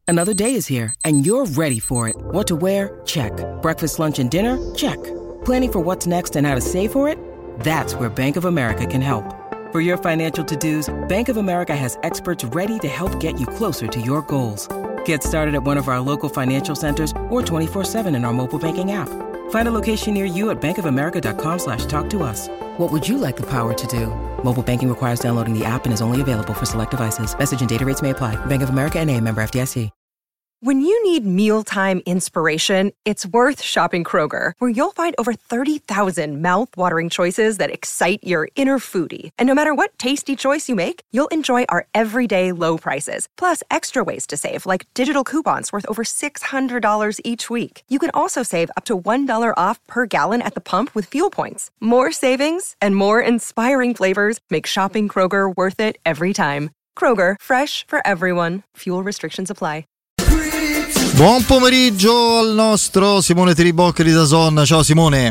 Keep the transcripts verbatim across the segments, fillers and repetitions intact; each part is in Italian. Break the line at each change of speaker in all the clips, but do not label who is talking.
Another day is here, and you're ready for it. What to wear? Check. Breakfast, lunch, and dinner? Check. Planning for what's next and how to save for it? That's where Bank of America can help. For your financial to-dos, Bank of America has experts ready to help get you closer to your goals. Get started at one of our local financial centers or twenty-four seven in our mobile banking app. Find a location near you at bankofamerica.com slash talk to us. What would you like the power to do? Mobile banking requires downloading the app and is only available for select devices. Message and data rates may apply. Bank of America N A, member F D I C.
When you need mealtime inspiration, it's worth shopping Kroger, where you'll find over thirty thousand mouth-watering choices that excite your inner foodie. And no matter what tasty choice you make, you'll enjoy our everyday low prices, plus extra ways to save, like digital coupons worth over six hundred dollars each week. You can also save up to one dollar off per gallon at the pump with fuel points. More savings and more inspiring flavors make shopping Kroger worth it every time. Kroger, fresh for everyone. Fuel restrictions apply.
Buon pomeriggio al nostro Simone Tribocchi di Dazon. Ciao Simone.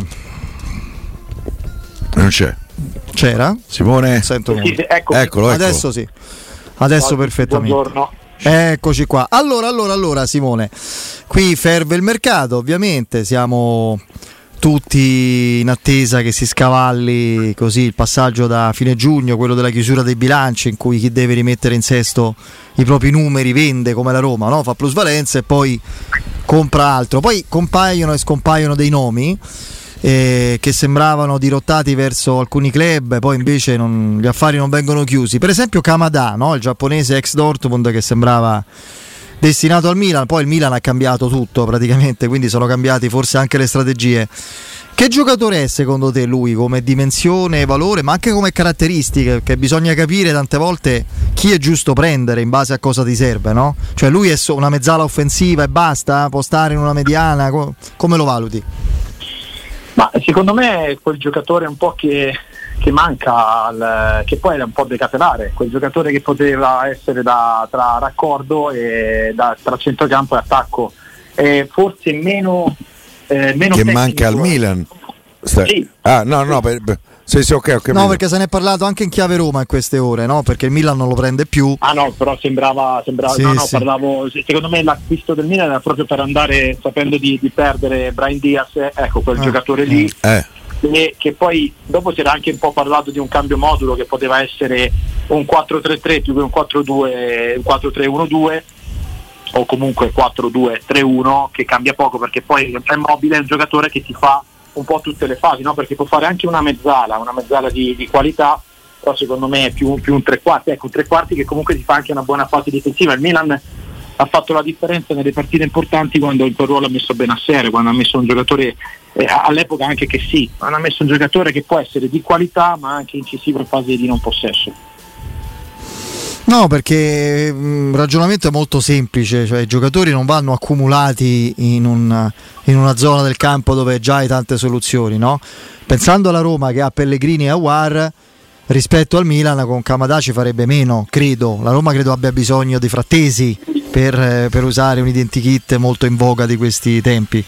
Non c'è.
C'era?
Simone?
Sento
sì, sì, eccomi.
Eccolo, adesso sì. Adesso
Ciao,
perfettamente.
Buongiorno.
Eccoci qua. Allora, allora, allora Simone, qui ferve il mercato, ovviamente siamo tutti in attesa che si scavalli così il passaggio da fine giugno, quello della chiusura dei bilanci, in cui chi deve rimettere in sesto i propri numeri vende come la Roma, no? Fa plusvalenza e poi compra altro. Poi compaiono e scompaiono dei nomi eh, che sembravano dirottati verso alcuni club, poi invece non, gli affari non vengono chiusi. Per esempio Kamada, no? Il giapponese ex Dortmund, che sembrava destinato al Milan, poi il Milan ha cambiato tutto praticamente, quindi sono cambiati forse anche le strategie. Che giocatore è secondo te lui, come dimensione, valore, ma anche come caratteristiche? Che bisogna capire tante volte chi è giusto prendere in base a cosa ti serve, no? Cioè lui è una mezzala offensiva e basta? Può stare in una mediana? Come lo valuti?
Ma secondo me è quel giocatore un po' che, che manca, al, che poi era un po' decatenare, quel giocatore che poteva essere da, tra raccordo e da, tra centrocampo e attacco, e forse meno... Eh, meno
che
tecnico.
Manca al Milan. Sta...
Sì.
Ah no no per, per... Sì, sì, okay, okay,
no, perché se ne è parlato anche in chiave Roma in queste ore, no? Perché il Milan non lo prende più.
Ah no, però sembrava, sembrava
sì,
no no
sì.
parlavo, secondo me l'acquisto del Milan era proprio per andare sapendo di, di perdere Brahim Diaz, ecco quel ah, giocatore lì
eh.
e che poi dopo si era anche un po' parlato di un cambio modulo che poteva essere un quattro tre tre più che un quattro due un quattro tre uno due o comunque quattro due tre uno, che cambia poco perché poi è mobile, è un giocatore che ti fa un po' tutte le fasi, no? Perché può fare anche una mezzala, una mezzala di, di qualità, però secondo me è più, più un tre quarti, ecco un tre quarti che comunque ti fa anche una buona fase difensiva. Il Milan ha fatto la differenza nelle partite importanti quando in quel ruolo ha messo Benassere, quando ha messo un giocatore eh, all'epoca anche che sì, non ha messo un giocatore che può essere di qualità ma anche incisivo in fase di non possesso.
No, perché il ragionamento è molto semplice, cioè i giocatori non vanno accumulati in, un, in una zona del campo dove già hai tante soluzioni, no? Pensando alla Roma che ha Pellegrini e Aouar, rispetto al Milan con Kamada ci farebbe meno, credo. La Roma credo abbia bisogno di Frattesi per, per usare un identikit molto in voga di questi tempi.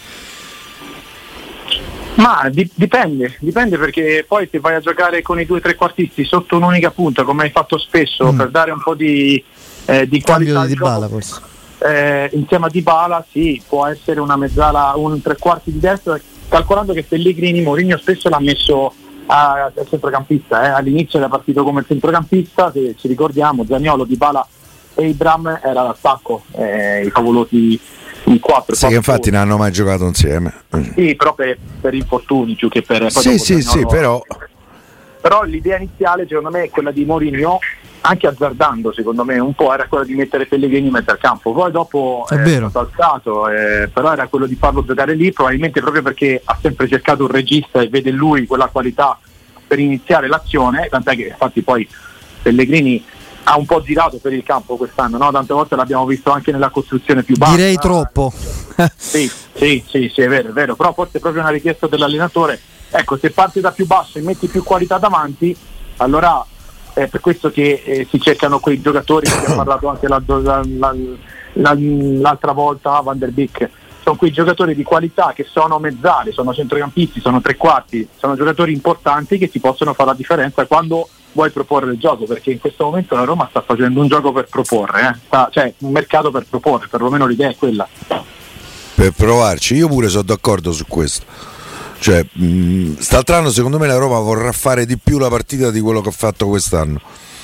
Ma di, dipende, dipende perché poi se vai a giocare con i due trequartisti sotto un'unica punta, come hai fatto spesso, mm. per dare un po' di, eh, di
cambio
qualità
di Dybala forse.
Eh, insieme a Dybala sì, può essere una mezzala, un tre quarti di destra, calcolando che Pellegrini Mourinho spesso l'ha messo a, a centrocampista, eh. All'inizio era partito come centrocampista, se ci ricordiamo, Zaniolo, Dybala e Ibram era l'attacco, eh, i favolosi in quattro.
Sì, che infatti non hanno mai giocato insieme.
Sì, però per, per infortuni più che per...
Sì, sì, sì, però...
Però l'idea iniziale secondo me è quella di Mourinho, anche azzardando secondo me un po', era quella di mettere Pellegrini in mezzo al campo, poi dopo è, è stato alzato, eh, però era quello di farlo giocare lì, probabilmente proprio perché ha sempre cercato un regista e vede lui quella qualità per iniziare l'azione, tant'è che infatti poi Pellegrini ha un po' girato per il campo quest'anno, no? Tante volte l'abbiamo visto anche nella costruzione più bassa.
Direi troppo.
sì, sì, sì, sì, è vero, è vero, però forse è proprio una richiesta dell'allenatore. Ecco, se parti da più basso e metti più qualità davanti, allora è per questo che eh, si cercano quei giocatori che abbiamo parlato anche la, la, la, la, l'altra volta, Van der Beek. Sono quei giocatori di qualità che sono mezzali, sono centrocampisti, sono tre quarti, sono giocatori importanti che ti possono fare la differenza quando vuoi proporre il gioco, perché in questo momento la Roma sta facendo un gioco per proporre, eh? sta, cioè un mercato per proporre, perlomeno l'idea è quella.
Per provarci, io pure sono d'accordo su questo. Cioè, mh, st'altro anno secondo me la Roma vorrà fare di più la partita di quello che ha fatto quest'anno.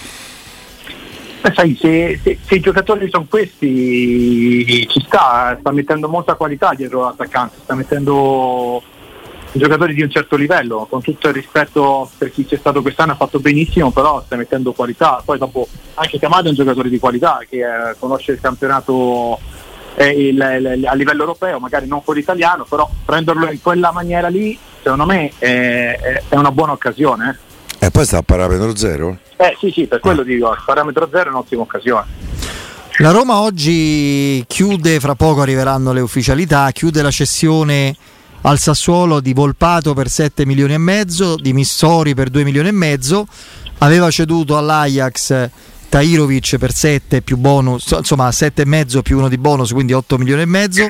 Eh, sai, se, se, se i giocatori sono questi, ci sta, sta mettendo molta qualità dietro l'attaccante, sta mettendo giocatori di un certo livello, con tutto il rispetto per chi c'è stato quest'anno, ha fatto benissimo, però sta mettendo qualità. Poi dopo anche Camada è un giocatore di qualità che eh, conosce il campionato eh, il, il, a livello europeo, magari non quello italiano, però prenderlo in quella maniera lì secondo me è, è una buona occasione.
E poi sta a parametro zero?
Eh sì sì, per quello dico, il parametro zero è un'ottima occasione.
La Roma oggi chiude, fra poco arriveranno le ufficialità, chiude la cessione al Sassuolo di Volpato per sette milioni e mezzo, di Missori per due milioni e mezzo, aveva ceduto all'Ajax Tahirovic per sette più bonus, insomma sette e mezzo più uno di bonus, quindi otto milioni e mezzo.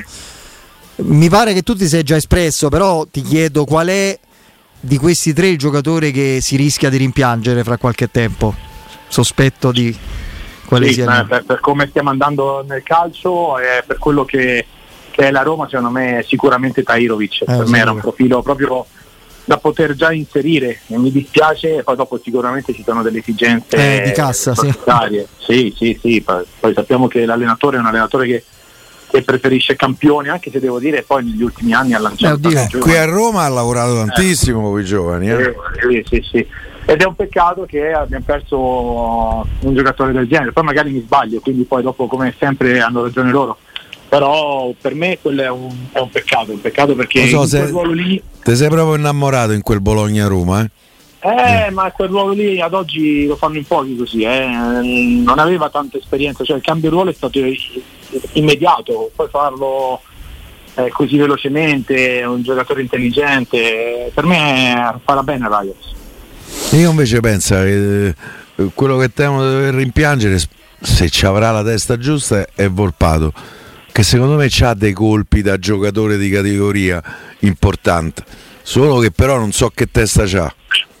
Mi pare che tu ti sei già espresso, però ti chiedo qual è di questi tre il giocatore che si rischia di rimpiangere fra qualche tempo. Sospetto di quale
sì,
sia.
Per, per come stiamo andando nel calcio e per quello che che è la Roma, secondo me sicuramente Tahirovic, eh, per me era un profilo proprio da poter già inserire, e mi dispiace, e poi dopo sicuramente ci sono delle esigenze
eh, di cassa, sì.
sì sì sì, poi, poi sappiamo che l'allenatore è un allenatore che, che preferisce campioni, anche se devo dire poi negli ultimi anni ha lanciato
eh, qui a Roma ha lavorato tantissimo con eh. i giovani eh.
Sì, sì, sì. Ed è un peccato che abbiamo perso un giocatore del genere, poi magari mi sbaglio, quindi poi dopo come sempre hanno ragione loro. Però per me quello è un, è un peccato, un peccato perché
so,
in
se
quel ruolo lì
ti sei proprio innamorato in quel Bologna-Roma eh?
Eh, mm. ma quel ruolo lì ad oggi lo fanno in pochi così, eh? Non aveva tanta esperienza, cioè il cambio di ruolo è stato immediato, poi farlo eh, così velocemente, un giocatore intelligente, per me farà bene Rayos.
Io invece penso che eh, quello che temo di dover rimpiangere, se ci avrà la testa giusta, è Volpato, che secondo me ha dei colpi da giocatore di categoria importante, solo che però non so che testa c'ha.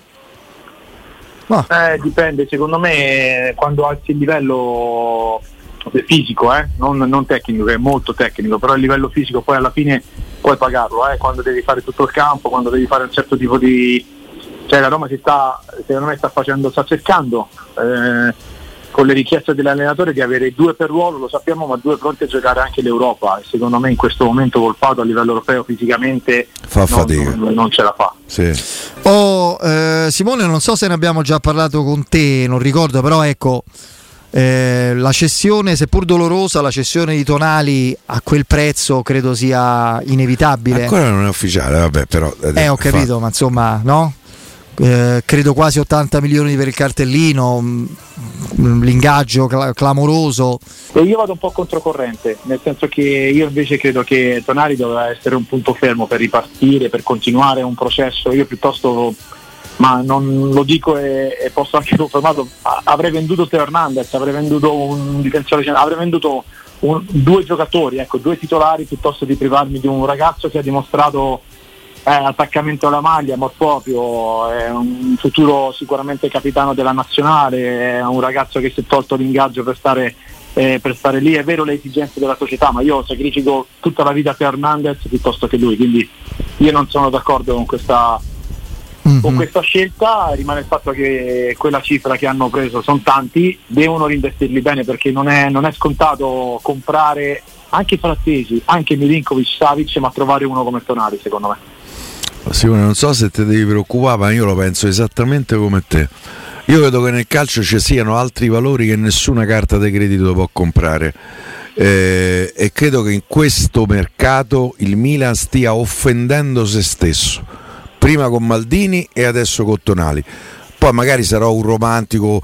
No. Eh, dipende, secondo me quando alzi il livello fisico, eh, non, non tecnico, che è molto tecnico, però il livello fisico poi alla fine puoi pagarlo, eh, quando devi fare tutto il campo, quando devi fare un certo tipo di... cioè la Roma si sta, secondo me sta facendo, sta cercando eh, con le richieste dell'allenatore di avere due per ruolo, lo sappiamo, ma due pronti a giocare anche l'Europa, e secondo me in questo momento Volpato a livello europeo fisicamente
fa
non,
fatica,
non, non ce la fa.
Sì.
Oh, eh, Simone, non so se ne abbiamo già parlato con te, non ricordo, però ecco eh, la cessione, seppur dolorosa, la cessione di Tonali a quel prezzo credo sia inevitabile.
Ancora non è ufficiale, vabbè, però
eh ho capito, fa... ma insomma, no? Eh, credo quasi ottanta milioni per il cartellino, mh, l'ingaggio cl- clamoroso.
E io vado un po' controcorrente, nel senso che io invece credo che Tonali doveva essere un punto fermo per ripartire, per continuare un processo. Io piuttosto, ma non lo dico e, e posso anche confermarlo, avrei venduto Teo Hernandez, avrei venduto un difensore, avrei venduto un, due giocatori, ecco, due titolari, piuttosto di privarmi di un ragazzo che ha dimostrato Eh, attaccamento alla maglia, ma proprio è un futuro sicuramente capitano della nazionale, è un ragazzo che si è tolto l'ingaggio per stare, eh, per stare lì. È vero le esigenze della società, ma io sacrifico tutta la vita per Hernandez piuttosto che lui, quindi io non sono d'accordo con questa, mm-hmm. con questa scelta. Rimane il fatto che quella cifra che hanno preso sono tanti, devono reinvestirli bene, perché non è, non è scontato comprare anche Frattesi, anche Milinkovic, Savic, ma trovare uno come Tonali, secondo me.
Simone, non so se ti devi preoccupare, ma io lo penso esattamente come te. Io credo che nel calcio ci siano altri valori che nessuna carta di credito può comprare, eh, e credo che in questo mercato il Milan stia offendendo se stesso, prima con Maldini e adesso con Tonali. Poi magari sarò un romantico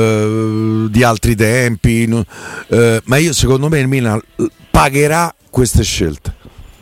eh, di altri tempi, eh, ma io secondo me il Milan pagherà queste scelte.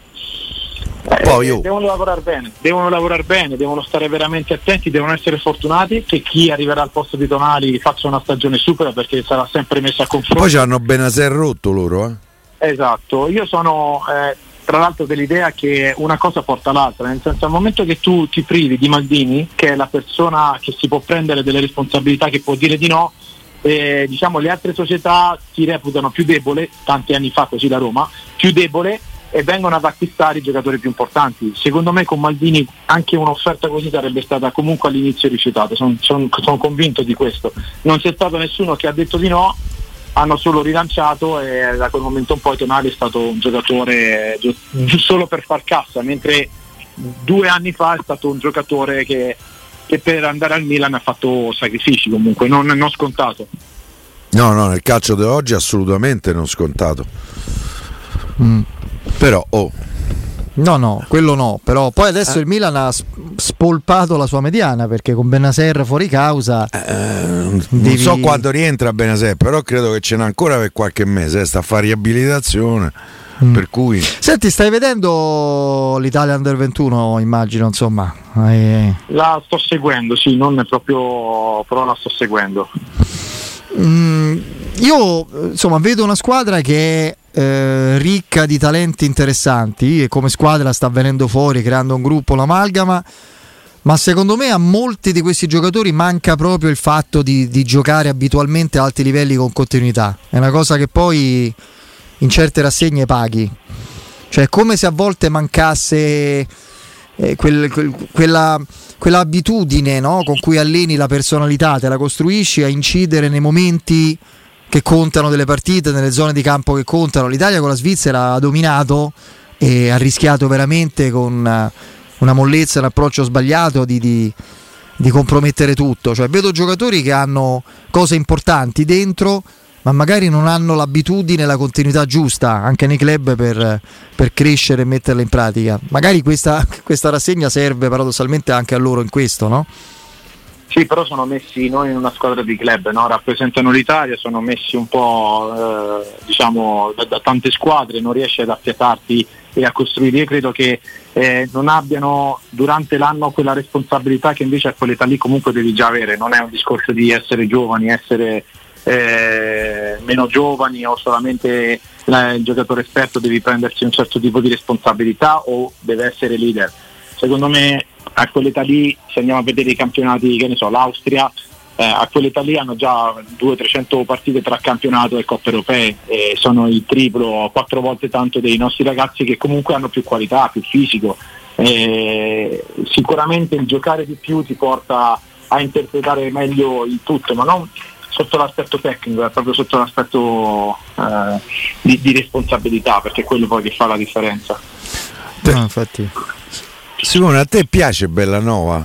Poi io... devono lavorare bene, devono lavorare bene, devono stare veramente attenti, devono essere fortunati che chi arriverà al posto di Tonali faccia una stagione supera, perché sarà sempre messa a confronto.
Poi c'hanno Benaser rotto loro, eh?
Esatto, io sono eh, tra l'altro dell'idea che una cosa porta all'altra, nel senso, al momento che tu ti privi di Maldini, che è la persona che si può prendere delle responsabilità, che può dire di no, eh, diciamo le altre società ti reputano più debole, tanti anni fa così la Roma, più debole, e vengono ad acquistare i giocatori più importanti. Secondo me con Maldini anche un'offerta così sarebbe stata comunque all'inizio rifiutata, sono son, son convinto di questo. Non c'è stato nessuno che ha detto di no, hanno solo rilanciato, e da quel momento in poi Tonali è stato un giocatore gi- solo per far cassa, mentre due anni fa è stato un giocatore che, che per andare al Milan ha fatto sacrifici comunque, non, non scontato.
No, no, nel calcio di oggi assolutamente non scontato. Mm. Però oh.
No, no, quello no, però poi adesso eh. il Milan ha spolpato la sua mediana, perché con Bennacer fuori causa
eh, non devi... so quando rientra Bennacer, però credo che ce n'ha ancora per qualche mese, eh, sta a fare riabilitazione, mm. per cui...
Senti, stai vedendo l'Italia Under ventuno, immagino, insomma? Eh...
La sto seguendo, sì, non è proprio, però la sto seguendo.
Mm, io insomma vedo una squadra che è eh, ricca di talenti interessanti, e come squadra sta venendo fuori creando un gruppo, l'amalgama, ma secondo me a molti di questi giocatori manca proprio il fatto di, di giocare abitualmente a alti livelli con continuità. È una cosa che poi in certe rassegne paghi, cioè è come se a volte mancasse eh, quel, quel, quella quella abitudine, no? Con cui alleni la personalità, te la costruisci a incidere nei momenti che contano delle partite, nelle zone di campo che contano. L'Italia con la Svizzera ha dominato e ha rischiato veramente con una mollezza, un approccio sbagliato di, di, di compromettere tutto. Cioè vedo giocatori che hanno cose importanti dentro, ma magari non hanno l'abitudine, la continuità giusta anche nei club per, per crescere e metterla in pratica. Magari questa, questa rassegna serve paradossalmente anche a loro in questo, no?
Sì, però sono messi non in una squadra di club, no? Rappresentano l'Italia, sono messi un po' eh, diciamo da, da tante squadre, non riesci ad affiatarti e a costruire. Io credo che eh, non abbiano durante l'anno quella responsabilità che invece a quell'età lì comunque devi già avere. Non è un discorso di essere giovani, essere Eh, meno giovani o solamente eh, il giocatore esperto, devi prendersi un certo tipo di responsabilità o deve essere leader. Secondo me a quell'età lì, se andiamo a vedere i campionati, che ne so, l'Austria eh, a quell'età lì hanno già duecento trecento partite tra campionato e coppe europee, e sono il triplo, quattro volte tanto dei nostri ragazzi che comunque hanno più qualità, più fisico. Eh, sicuramente il giocare di più ti porta a interpretare meglio il tutto, ma non sotto l'aspetto tecnico, è proprio sotto l'aspetto eh, di, di responsabilità, perché è quello poi che fa la differenza.
No, infatti.
Simone, a te piace Bellanova?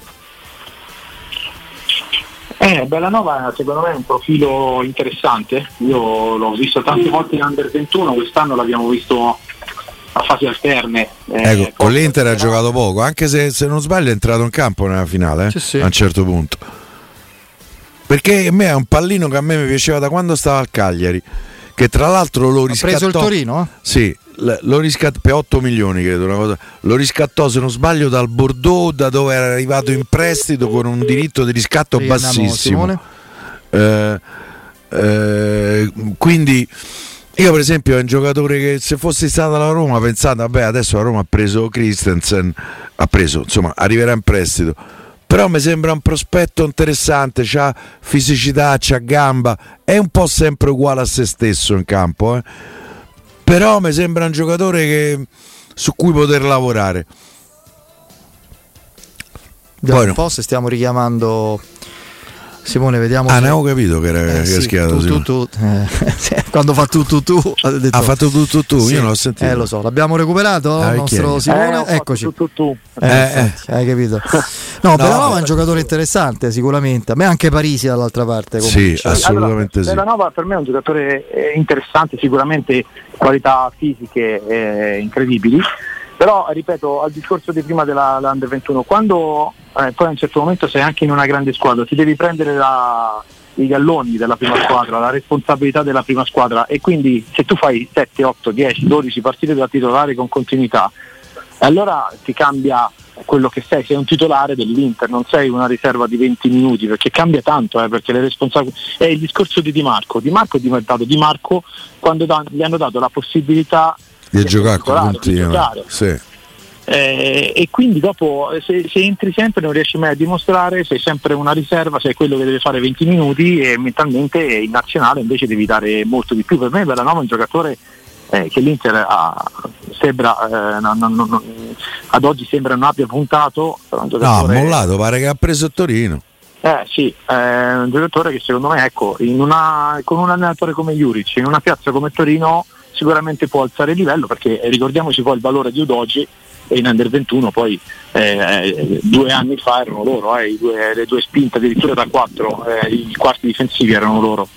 Eh, Bellanova secondo me è un profilo interessante, io l'ho visto tante volte in Under ventuno, quest'anno l'abbiamo visto a fasi alterne.
Eh, ecco, con l'Inter ha giocato poco, anche se se non sbaglio è entrato in campo nella finale, eh, sì, sì. A un certo punto. Perché a me è un pallino che a me mi piaceva da quando stava al Cagliari, che tra l'altro lo riscattò. Ha
preso il Torino? Eh?
Sì, lo riscattò per otto milioni credo, una cosa. Lo riscattò se non sbaglio dal Bordeaux, da dove era arrivato in prestito con un diritto di riscatto sì, bassissimo. Eh, eh, quindi io per esempio è un giocatore che se fosse stata la Roma, pensate vabbè adesso la Roma ha preso Christensen, ha preso, insomma arriverà in prestito. Però mi sembra un prospetto interessante, c'ha fisicità, c'ha gamba, è un po' sempre uguale a se stesso in campo, eh. Però mi sembra un giocatore che, su cui poter lavorare.
Vediamo un po' se stiamo richiamando Simone, vediamo.
Ah,
se...
ne avevo capito che era
eh,
che
sì,
schierato
tu, tu, tu, eh, quando fa tu tu tu ha, detto...
ha fatto tu tu tu, sì. Io non l'ho sentito.
Eh lo so, l'abbiamo recuperato
ah,
il nostro Simone,
eh,
eccoci.
Tu, tu, tu.
Eh, eh, eh. Hai capito? No, no Bellanova è un giocatore interessante sicuramente. A me anche Parisi dall'altra parte.
Sì, assolutamente
allora,
sì.
Bellanova per me è un giocatore interessante, sicuramente qualità fisiche eh, incredibili. Però ripeto al discorso di prima della Under ventuno, quando eh, poi a un certo momento sei anche in una grande squadra, ti devi prendere la, i galloni della prima squadra, la responsabilità della prima squadra, e quindi se tu fai sette, otto, dieci, dodici partite da titolare con continuità, allora ti cambia quello che sei, sei un titolare dell'Inter, non sei una riserva di venti minuti, perché cambia tanto, eh, perché le responsabilità è il discorso di Di Marco. Di Marco è diventato Di Marco quando da, gli hanno dato la possibilità
di giocare con continuo, sì.
Eh, e quindi dopo se, se entri sempre non riesci mai a dimostrare, sei sempre una riserva, sei quello che deve fare venti minuti e mentalmente in nazionale invece devi dare molto di più. Per me Bellanova è un giocatore eh, che l'Inter ha, sembra eh, non, non, non, ad oggi sembra non abbia puntato.
No, ha mollato, pare che ha preso il Torino.
Eh sì, è un giocatore che secondo me, ecco, in una, con un allenatore come Juric, in una piazza come Torino sicuramente può alzare il livello, perché ricordiamoci poi il valore di Udogi, e in Under ventuno poi eh, due anni fa erano loro, eh, i due, le due spinte addirittura da quattro, eh, i quarti difensivi erano loro.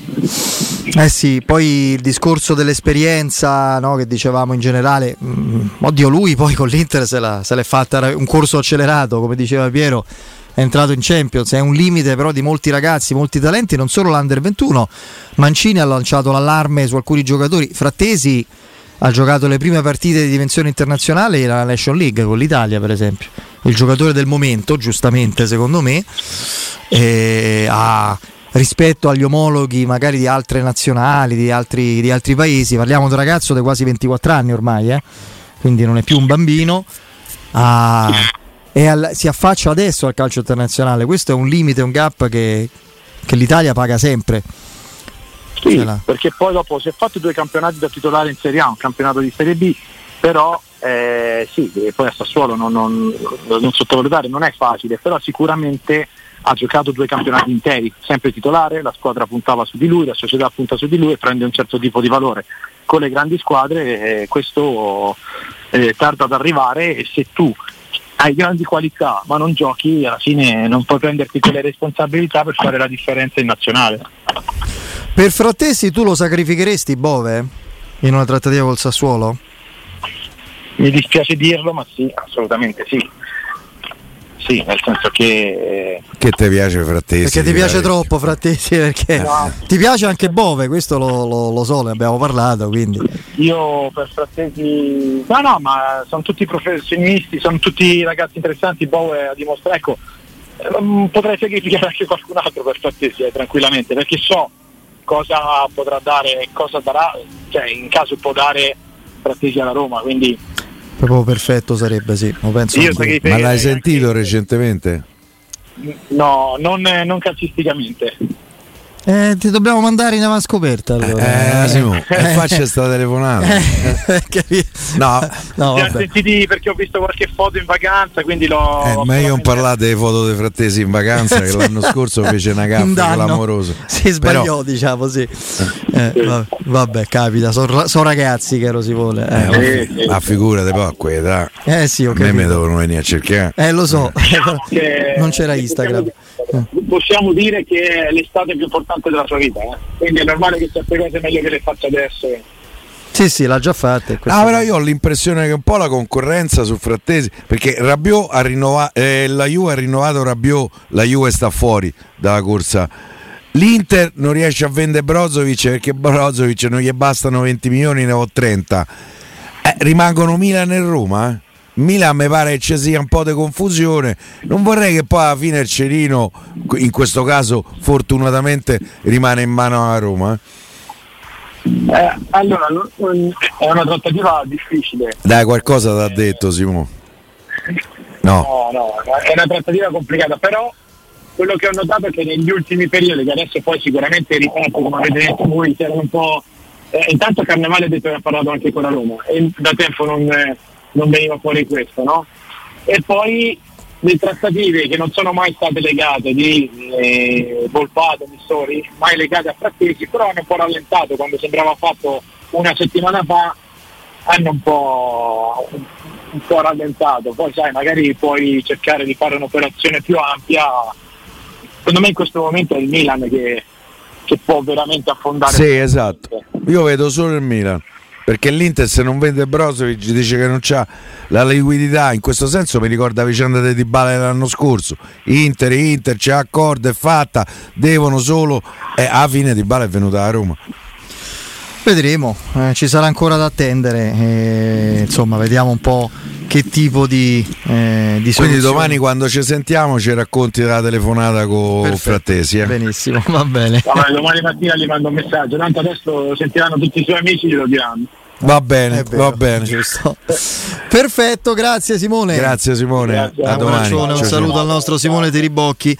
Eh sì, poi il discorso dell'esperienza, no, che dicevamo in generale, mh, oddio lui poi con l'Inter se, la, se l'è fatta un corso accelerato, come diceva Piero, è entrato in Champions, è un limite però di molti ragazzi, molti talenti, non solo l'Under ventuno. Mancini ha lanciato l'allarme su alcuni giocatori, Frattesi ha giocato le prime partite di dimensione internazionale nella Nation League con l'Italia per esempio, il giocatore del momento giustamente secondo me, e ha, rispetto agli omologhi magari di altre nazionali, di altri, di altri paesi, parliamo di un ragazzo di quasi ventiquattro anni ormai, eh? Quindi non è più un bambino, ha, e al, si affaccia adesso al calcio internazionale. Questo è un limite, un gap che, che l'Italia paga sempre.
Sì, perché poi dopo si è fatto due campionati da titolare in Serie A, un campionato di Serie B, però eh, sì, e poi a Sassuolo non, non, non sottovalutare, non è facile, però sicuramente ha giocato due campionati interi, sempre titolare, la squadra puntava su di lui, la società punta su di lui e prende un certo tipo di valore. Con le grandi squadre eh, questo eh, tarda ad arrivare, e se tu hai grandi qualità ma non giochi, alla fine non puoi prenderti quelle responsabilità per fare la differenza in nazionale.
Per Frattesi tu lo sacrificheresti, Bove, in una trattativa col Sassuolo?
Mi dispiace dirlo, ma sì, assolutamente sì. Sì, nel senso che...
Che ti piace Frattesi?
Perché ti piace troppo Frattesi, perché
no.
Ti piace anche Bove, questo lo, lo, lo so, ne abbiamo parlato, quindi...
Io per Frattesi... No, no, ma sono tutti professionisti, sono tutti ragazzi interessanti, Bove a dimostrare, ecco, potrei sacrificare anche qualcun altro per Frattesi, eh, tranquillamente, perché so cosa potrà dare, cosa darà, cioè in caso può dare Frattesi alla Roma, quindi
proprio perfetto sarebbe, sì, lo penso.
Io
ma l'hai sentito anche recentemente?
No, non, non calcisticamente.
Eh, ti dobbiamo mandare in avanscoperta allora.
Eh, Simo, eh, faccia sta telefonata.
Eh,
no,
no, siamo sentiti perché ho visto qualche foto in vacanza, quindi l'ho.
Eh, ma io non parlate delle foto dei Frattesi in vacanza, che l'anno scorso fece una gaffa clamorosa.
Si sbagliò, però... diciamo, sì. Eh, vabbè, vabbè, capita, sono so ragazzi che lo si vuole. Eh,
eh, sì, ma figurate poi a quell'età.
Eh sì, ok.
A me devono venire a cercare.
Eh, lo so.
Che
non c'era Instagram.
Possiamo, possiamo dire che è l'estate più importante della sua vita, eh? Quindi è normale che certe cose meglio che le faccia adesso.
Sì, sì, l'ha già fatta.
Ah, però io ho l'impressione che un po' la concorrenza su Frattesi, perché Rabiot ha rinnovato, eh, la Juve ha rinnovato Rabiot, la Juve sta fuori dalla corsa. L'Inter non riesce a vendere Brozovic perché Brozovic non gli bastano venti milioni, ne ho trenta. Eh, rimangono Milan e Roma, eh? Milan mi pare che ci sia un po' di confusione, non vorrei che poi alla fine il cerino, in questo caso fortunatamente, rimane in mano alla Roma.
Eh, allora è una trattativa difficile.
Dai, qualcosa ti ha detto Simone? No.
no, no, è una trattativa complicata, però quello che ho notato è che negli ultimi periodi, che adesso poi sicuramente ripeto come avete detto voi, c'erano un po'. Eh, intanto Carnevale ha detto che ha parlato anche con la Roma e da tempo non. Eh, non veniva fuori questo, no? E poi le trattative che non sono mai state legate di eh, Volpato, Missori, mai legate a Frattesi, però hanno un po' rallentato, quando sembrava fatto una settimana fa hanno un po' un po' rallentato. Poi sai, magari puoi cercare di fare un'operazione più ampia. Secondo me in questo momento è il Milan che, che può veramente affondare.
Sì, esatto. Io vedo solo il Milan. Perché l'Inter se non vende Brozovic dice che non c'ha la liquidità, in questo senso mi ricorda la vicenda di Dybala dell'anno scorso. Inter, Inter, c'è accordo, è fatta, devono solo, e eh, alla fine Dybala è venuta a Roma.
Vedremo, eh, ci sarà ancora da attendere, eh, insomma vediamo un po' che tipo di, eh, di
quindi domani quando ci sentiamo ci racconti della telefonata con Frattesi, eh?
Benissimo, va bene.
Vabbè, domani mattina gli mando un messaggio, tanto adesso sentiranno tutti i suoi amici, glielo diranno.
Va bene,
Vero,
va bene.
Giusto. Perfetto, grazie Simone.
Grazie Simone.
Grazie.
A
Un
domani.
abbraccione, un
Ciao,
saluto
ciao.
al nostro Simone Teribocchi.